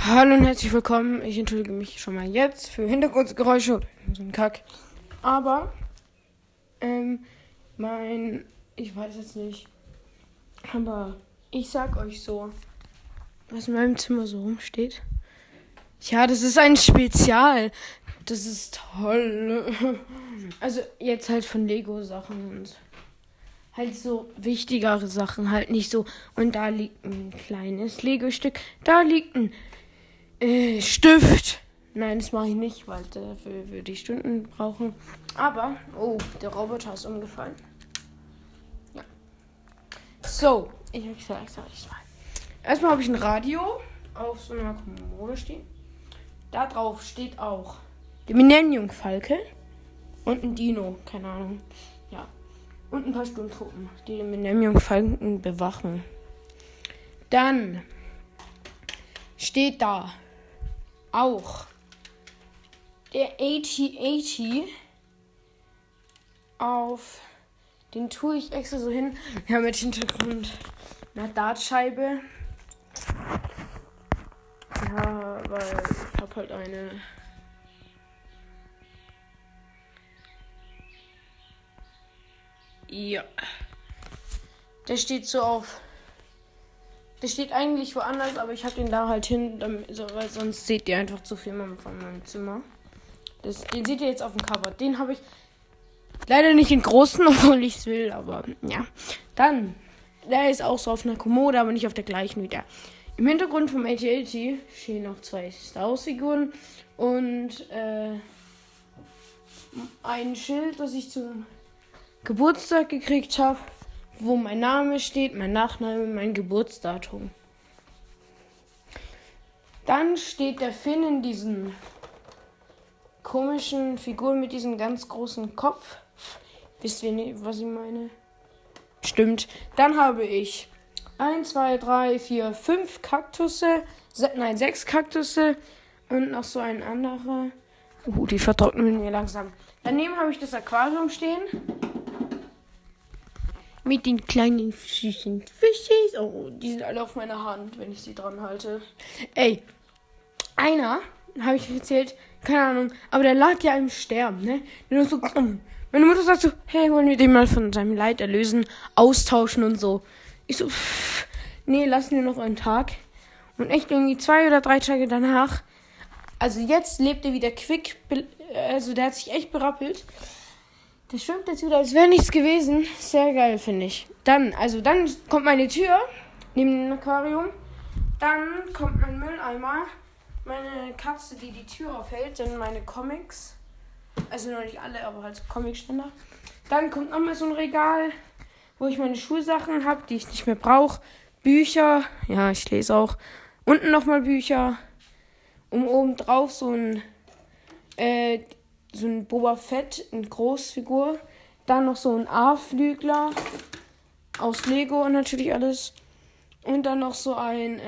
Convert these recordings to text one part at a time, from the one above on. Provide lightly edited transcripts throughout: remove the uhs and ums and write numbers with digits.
Hallo und herzlich willkommen. Ich entschuldige mich schon mal jetzt für Hintergrundgeräusche oder so ein Kack. Aber, ich weiß jetzt nicht, aber ich sag euch so, was in meinem Zimmer so rumsteht. Ja, das ist ein Spezial. Das ist toll. Also jetzt halt von Lego-Sachen und halt so wichtigere Sachen, halt nicht so. Und da liegt ein kleines Lego-Stück, da liegt ein Stift. Nein, das mache ich nicht, weil dafür würde ich Stunden brauchen. Aber, der Roboter ist umgefallen. Ja. So, ich sag mal. Erstmal habe ich ein Radio auf so einer Kommode stehen. Da drauf steht auch der Millennium Falke und ein Dino, keine Ahnung. Ja. Und ein paar Sturmtruppen, die den Millennium Falken bewachen. Dann steht da auch der AT-AT auf, den tue ich extra so hin, ja, mit Hintergrund einer Dartscheibe. Ja, weil ich habe halt eine. Ja. Der steht so auf. Der steht eigentlich woanders, aber ich habe den da halt hin, weil sonst seht ihr einfach zu viel von meinem Zimmer. Den seht ihr jetzt auf dem Cover. Den habe ich leider nicht in großen, obwohl ich es will, aber ja. Dann, der ist auch so auf einer Kommode, aber nicht auf der gleichen wie der. Im Hintergrund vom AT-AT stehen noch 2 Star Wars Figuren und ein Schild, das ich zum Geburtstag gekriegt habe, wo mein Name steht, mein Nachname, mein Geburtsdatum. Dann steht der Finn in diesen komischen Figuren mit diesem ganz großen Kopf. Wisst ihr nicht, was ich meine? Stimmt. Dann habe ich 1, 2, 3, 4, 5 Kaktusse. 6 Kaktusse. Und noch so ein anderer. Die vertrocknen mir langsam. Daneben habe ich das Aquarium stehen. Mit den kleinen süßen Fischis. Oh, die sind alle auf meiner Hand, wenn ich sie dran halte. Ey, einer, habe ich erzählt, keine Ahnung, aber der lag ja im Sterben, ne? Der so, meine Mutter sagt so, hey, wollen wir den mal von seinem Leid erlösen, austauschen und so. Ich so, nee, lassen wir noch einen Tag. Und echt irgendwie 2 oder 3 Tage danach, also jetzt lebt er wieder quick, also der hat sich echt berappelt. Der schwimmt jetzt wieder, als wäre nichts gewesen. Sehr geil, finde ich. Dann kommt meine Tür neben dem Aquarium. Dann kommt mein Mülleimer. Meine Katze, die Tür aufhält. Dann meine Comics. Also noch nicht alle, aber halt Comicständer. Dann kommt nochmal so ein Regal, wo ich meine Schulsachen habe, die ich nicht mehr brauche. Bücher. Ja, ich lese auch. Unten nochmal Bücher. Und oben drauf so ein Boba Fett, eine Großfigur. Dann noch so ein A-Flügler aus Lego und natürlich alles. Und dann noch so ein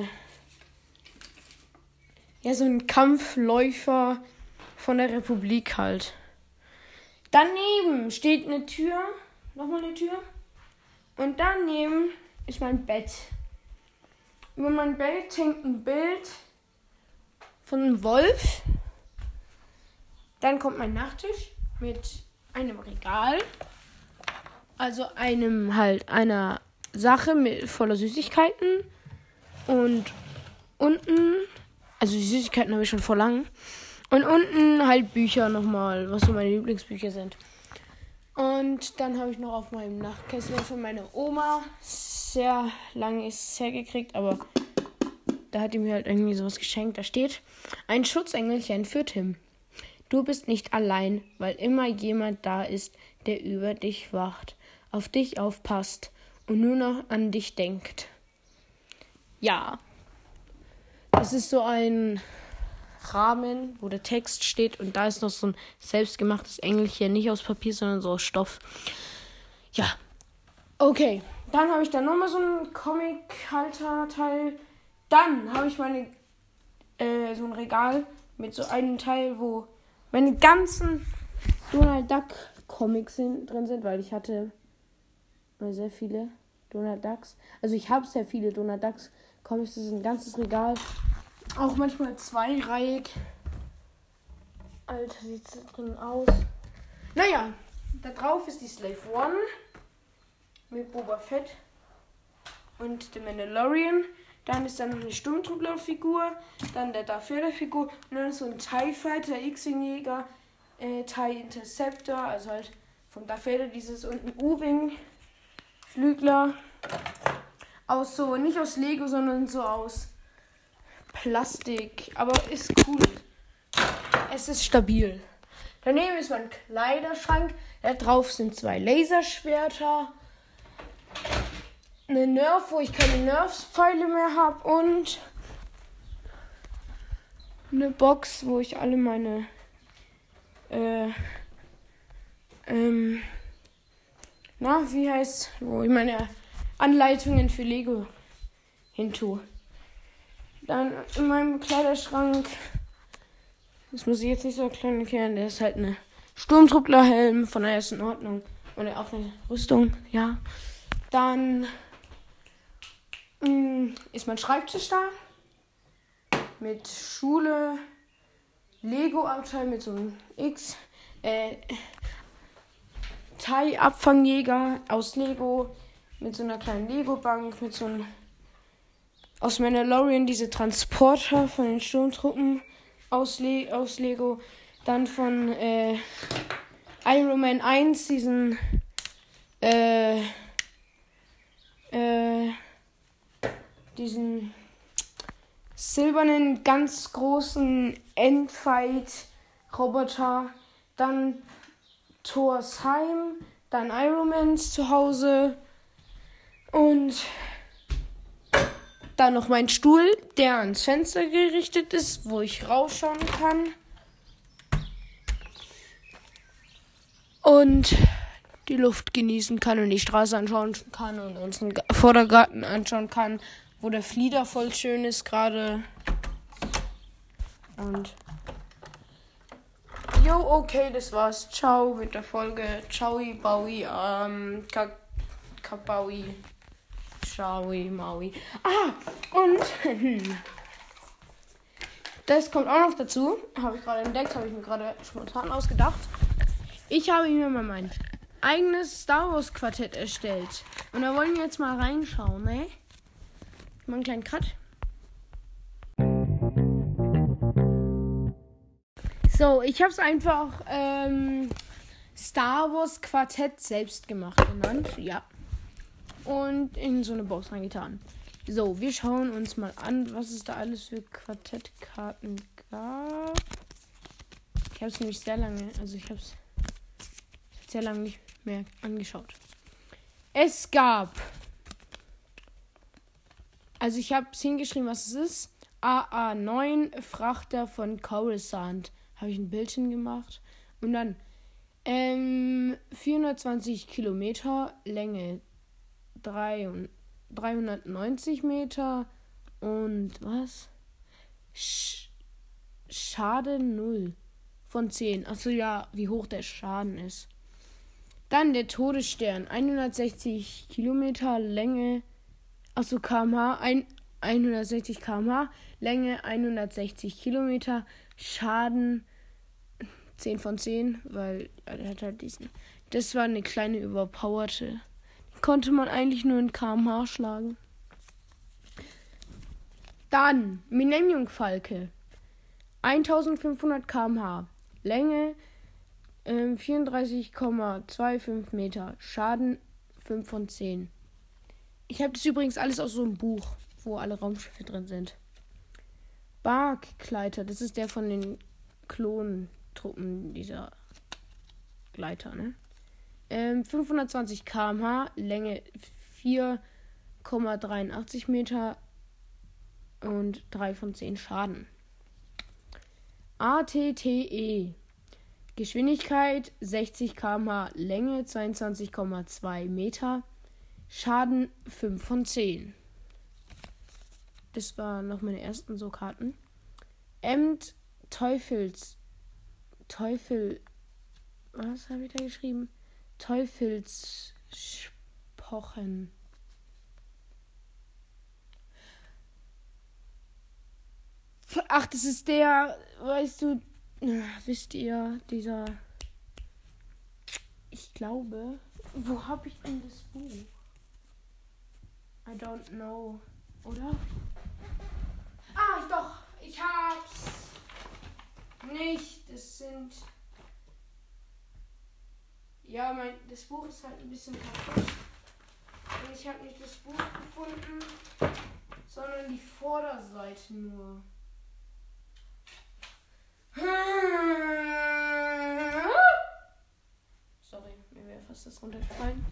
so ein Kampfläufer von der Republik halt. Daneben steht eine Tür. Nochmal eine Tür. Und daneben ist mein Bett. Über mein Bett hängt ein Bild von einem Wolf. Dann kommt mein Nachttisch mit einem Regal. Also einer Sache voller Süßigkeiten. Und unten, also die Süßigkeiten habe ich schon vor lang. Und unten halt Bücher nochmal, was so meine Lieblingsbücher sind. Und dann habe ich noch auf meinem Nachtkessel von meiner Oma sehr lange ist es hergekriegt, aber da hat die mir halt irgendwie sowas geschenkt. Da steht, ein Schutzengelchen für Tim. Du bist nicht allein, weil immer jemand da ist, der über dich wacht, auf dich aufpasst und nur noch an dich denkt. Ja, das ist so ein Rahmen, wo der Text steht und da ist noch so ein selbstgemachtes Engelchen, nicht aus Papier, sondern so aus Stoff. Ja, okay. Dann habe ich da nochmal so ein Comic-Halter-Teil. Dann habe ich so ein Regal mit so einem Teil, wo meine ganzen Donald Duck Comics drin sind, weil ich hatte sehr viele Donald Ducks. Also ich habe sehr viele Donald Ducks Comics. Das ist ein ganzes Regal Auch manchmal zweireihig. Alter, sieht da drin aus. Naja, da drauf ist die Slave One mit Boba Fett und dem Mandalorian. Dann ist da noch eine Sturmtruppler-Figur, dann der Darth Vader-Figur und dann so ein TIE Fighter, X-Wing-Jäger, TIE Interceptor, also halt vom Darth Vader dieses und ein U-Wing-Flügler. Aus so, nicht aus Lego, sondern so aus Plastik. Aber ist cool. Es ist stabil. Daneben ist mein Kleiderschrank. Da drauf sind 2 Laserschwerter. Eine Nerf, wo ich keine Nerfs-Pfeile mehr habe. Und eine Box, wo ich alle meine wo ich meine Anleitungen für Lego hintue. Dann in meinem Kleiderschrank, das muss ich jetzt nicht so klein erklären, der ist halt eine Sturmtrupplerhelm von der ersten Ordnung und auch eine Rüstung, ja. Dann ist mein Schreibtisch da mit Schule, Lego-Abteil mit so einem TIE-Abfangjäger aus Lego, mit so einer kleinen Lego-Bank, mit so einem aus Mandalorian diese Transporter von den Sturmtruppen aus Lego. Dann von Iron Man 1 diesen silbernen, ganz großen Endfight-Roboter. Dann Thors Heim, dann Iron Mans Zuhause und dann noch mein Stuhl, der ans Fenster gerichtet ist, wo ich rausschauen kann. Und die Luft genießen kann und die Straße anschauen kann und unseren Vordergarten anschauen kann, wo der Flieder voll schön ist gerade. Und jo, okay, das war's. Ciao mit der Folge. Ciao, Baui, Kabaui. Shawi, Maui. Und das kommt auch noch dazu. Habe ich gerade entdeckt, habe ich mir gerade spontan ausgedacht. Ich habe mir mal mein eigenes Star Wars Quartett erstellt. Und da wollen wir jetzt mal reinschauen, ne? Mal einen kleinen Cut. So, ich habe es einfach Star Wars Quartett selbst gemacht genannt. Ja. Und in so eine Box reingetan. So, wir schauen uns mal an, was es da alles für Quartettkarten gab. Ich habe es nämlich sehr lange, sehr lange nicht mehr angeschaut. Es gab, also ich habe es hingeschrieben, was es ist. AA9 Frachter von Coruscant. Habe ich ein Bildchen gemacht. Und dann 420 Kilometer Länge. 390 Meter und was? Schaden 0 von 10. Achso, ja, wie hoch der Schaden ist. Dann der Todesstern. 160 Kilometer Länge. Achso, km/h. 160 km/h. Länge 160 Kilometer. Schaden 10 von 10, weil er hat halt diesen. Das war eine kleine überpowerte. Konnte man eigentlich nur in km/h schlagen. Dann Millennium Falke. 1500 km/h. Länge 34,25 Meter. Schaden 5 von 10. Ich habe das übrigens alles aus so einem Buch, wo alle Raumschiffe drin sind. Bark-Gleiter. Das ist der von den Klontruppen dieser Gleiter, ne? 520 km/h, Länge 4,83 Meter und 3 von 10 Schaden. ATTE. Geschwindigkeit 60 km/h, Länge 22,2 Meter, Schaden 5 von 10. Das waren noch meine ersten so Karten. Teufel. Was habe ich da geschrieben? Teufelspochen. Ach, das ist der, weißt du, wisst ihr, dieser, ich glaube, wo habe ich denn das Buch? I don't know, oder? Ah, doch, ich hab's nicht, das sind, ja, das Buch ist halt ein bisschen kaputt. Und ich habe nicht das Buch gefunden, sondern die Vorderseite nur. Sorry, mir wäre fast das runtergefallen.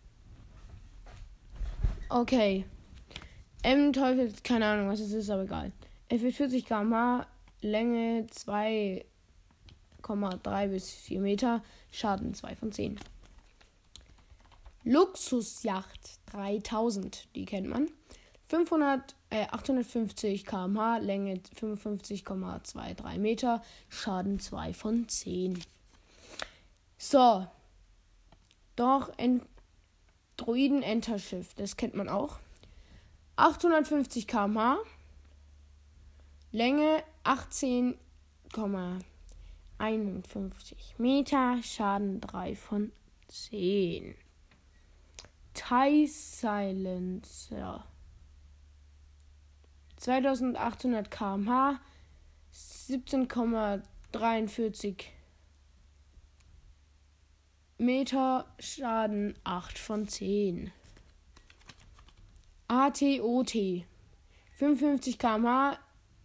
Okay. Teufel, keine Ahnung, was es ist, aber egal. Er wird 40 km/h, Länge 2,3 bis 4 Meter, Schaden 2 von 10. Luxusjacht 3000, die kennt man. 850 km/h, Länge 55,23 Meter, Schaden 2 von 10. So. Doch, Droiden-Enterschiff, das kennt man auch. 850 km/h, Länge 18,51 Meter, Schaden 3 von 10. TIE Silencer 2800 km/h, 17,43 Meter, Schaden 8 von 10. ATOT 55 km/h,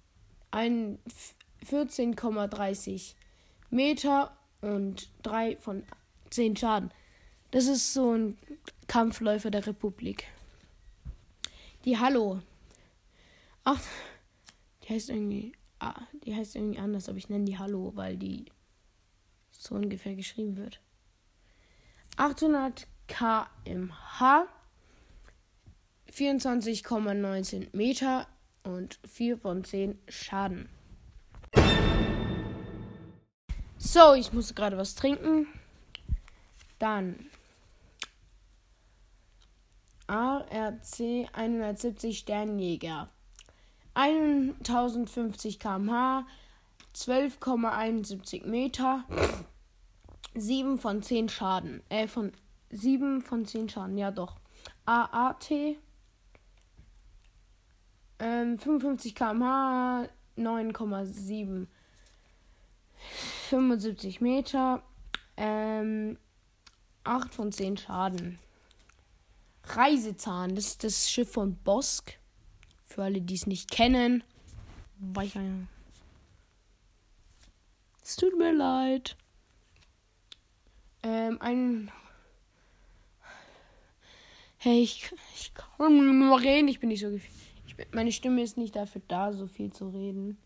14,30 Meter und 3 von 10 Schaden. Das ist so ein Kampfläufer der Republik. Die Hallo. Ach, die heißt irgendwie anders, aber ich nenne die Hallo, weil die so ungefähr geschrieben wird. 800 km/h, 24,19 Meter und 4 von 10 Schaden. So, ich muss gerade was trinken. Dann ARC 170 Sternjäger. 1050 km/h, 12,71 Meter, 7 von 10 Schaden. 7 von 10 Schaden, ja doch. AAT 55 km/h, 9,7 75 Meter, 8 von 10 Schaden. Reisezahn, das ist das Schiff von Bosk. Für alle, die es nicht kennen. Es tut mir leid. Hey, ich kann nur reden. Ich bin nicht so meine Stimme ist nicht dafür da, so viel zu reden.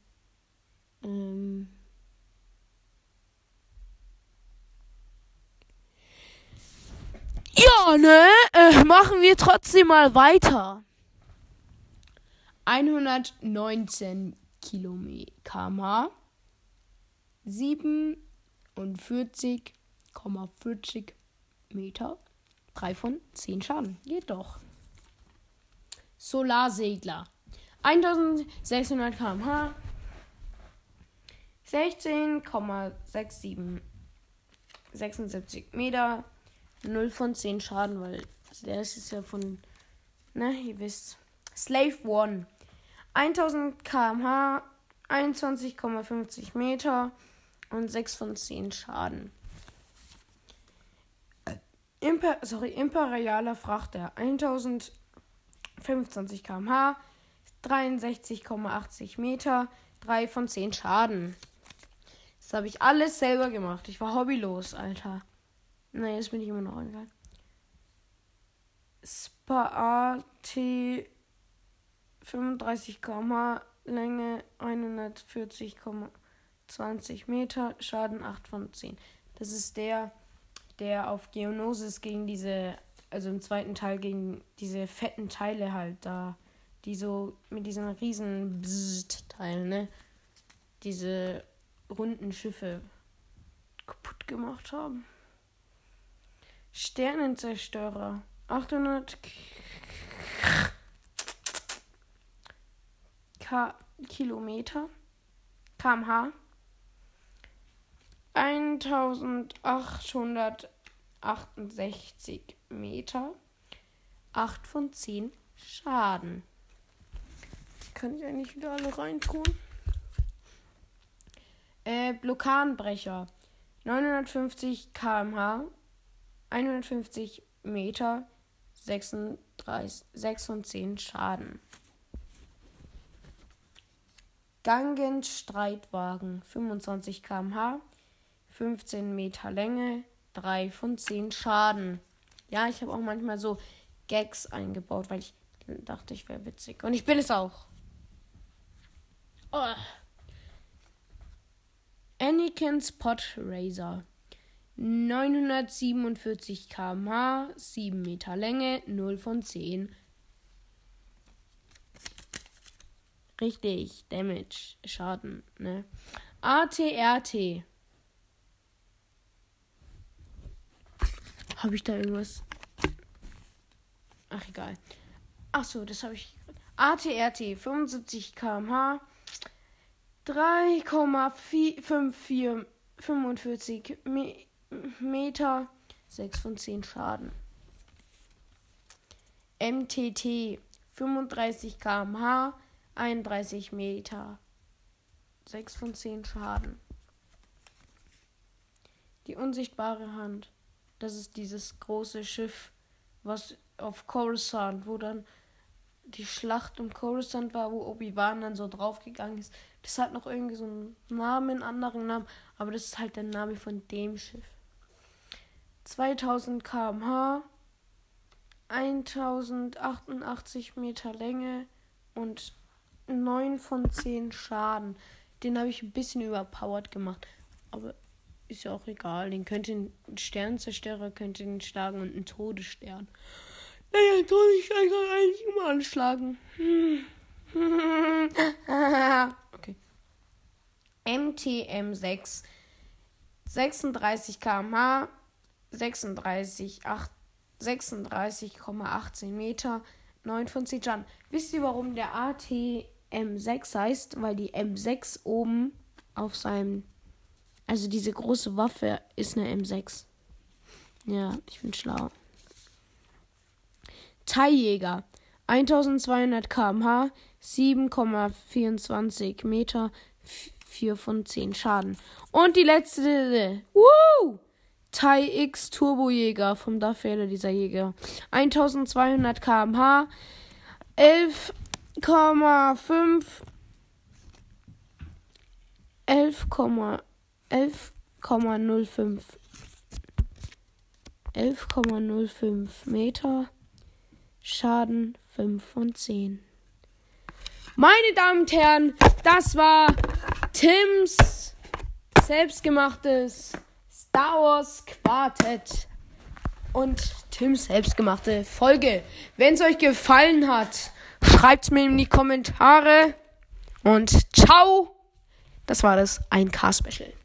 Ja, ne? Machen wir trotzdem mal weiter. 119 km/h, 47,40 Meter, 3 von 10 Schaden. Geht doch. Solarsegler. 1600 km/h, 16,76 Meter, 0 von 10 Schaden, weil der ist ja von, ihr wisst. Slave One. 1000 km/h, 21,50 Meter und 6 von 10 Schaden. Imperialer Frachter. 1025 km/h, 63,80 Meter, 3 von 10 Schaden. Das habe ich alles selber gemacht. Ich war hobbylos, Alter. Nein, jetzt bin ich immer noch egal. Sparte 35 km/h, Länge 140,20 Meter, Schaden 8 von 10. Das ist der auf Geonosis gegen diese, also im zweiten Teil gegen diese fetten Teile halt da, die so mit diesen riesen Teilen, ne, diese runden Schiffe kaputt gemacht haben. Sternenzerstörer. 800 Kilometer. km/h. 1868 Meter. 8 von 10 Schaden. Kann ich eigentlich wieder alle reintun? Blockadenbrecher. 950 km/h. 150 Meter. 6 von 10 Schaden. Gangenstreitwagen. 25 km/h. 15 Meter Länge. 3 von 10 Schaden. Ja, ich habe auch manchmal so Gags eingebaut, weil ich dachte, ich wäre witzig. Und ich bin es auch. Oh. Anakin's Podracer. 947 km/h, 7 Meter Länge, 0 von 10. Richtig, Damage, Schaden, ne? ATRT. Habe ich da irgendwas? Ach, egal. Ach so, das habe ich. ATRT, 75 km/h, 3,45 Meter, 6 von 10 Schaden. MTT, 35 km/h, 31 Meter, 6 von 10 Schaden. Die unsichtbare Hand. Das ist dieses große Schiff, was auf Coruscant, wo dann die Schlacht um Coruscant war, wo Obi-Wan dann so draufgegangen ist. Das hat noch irgendwie so einen Namen, einen anderen Namen, aber das ist halt der Name von dem Schiff. 2000 km/h, 1088 Meter Länge und 9 von 10 Schaden. Den habe ich ein bisschen überpowered gemacht, aber ist ja auch egal. Den könnte ein Sternzerstörer könnte ihn schlagen und ein Todesstern. Naja, Todesstern kann eigentlich immer anschlagen. Okay. MTM6. 36 km/h, 36,18 Meter, 9 von 10 Schaden. Wisst ihr, warum der ATM6 heißt? Weil die M6 oben auf seinem... Also diese große Waffe ist eine M6. Ja, ich bin schlau. TIE-Jäger. 1200 km/h, 7,24 Meter, 4 von 10 Schaden. Und die letzte. TIE X Turbojäger vom Darth Vader, dieser Jäger. 1200 km/h, 11,05 Meter, Schaden 5 von 10. Meine Damen und Herren, das war Tims selbstgemachtes Star Wars Quartett und Tims selbstgemachte Folge. Wenn es euch gefallen hat, schreibt es mir in die Kommentare und ciao. Das war das 1K-Special.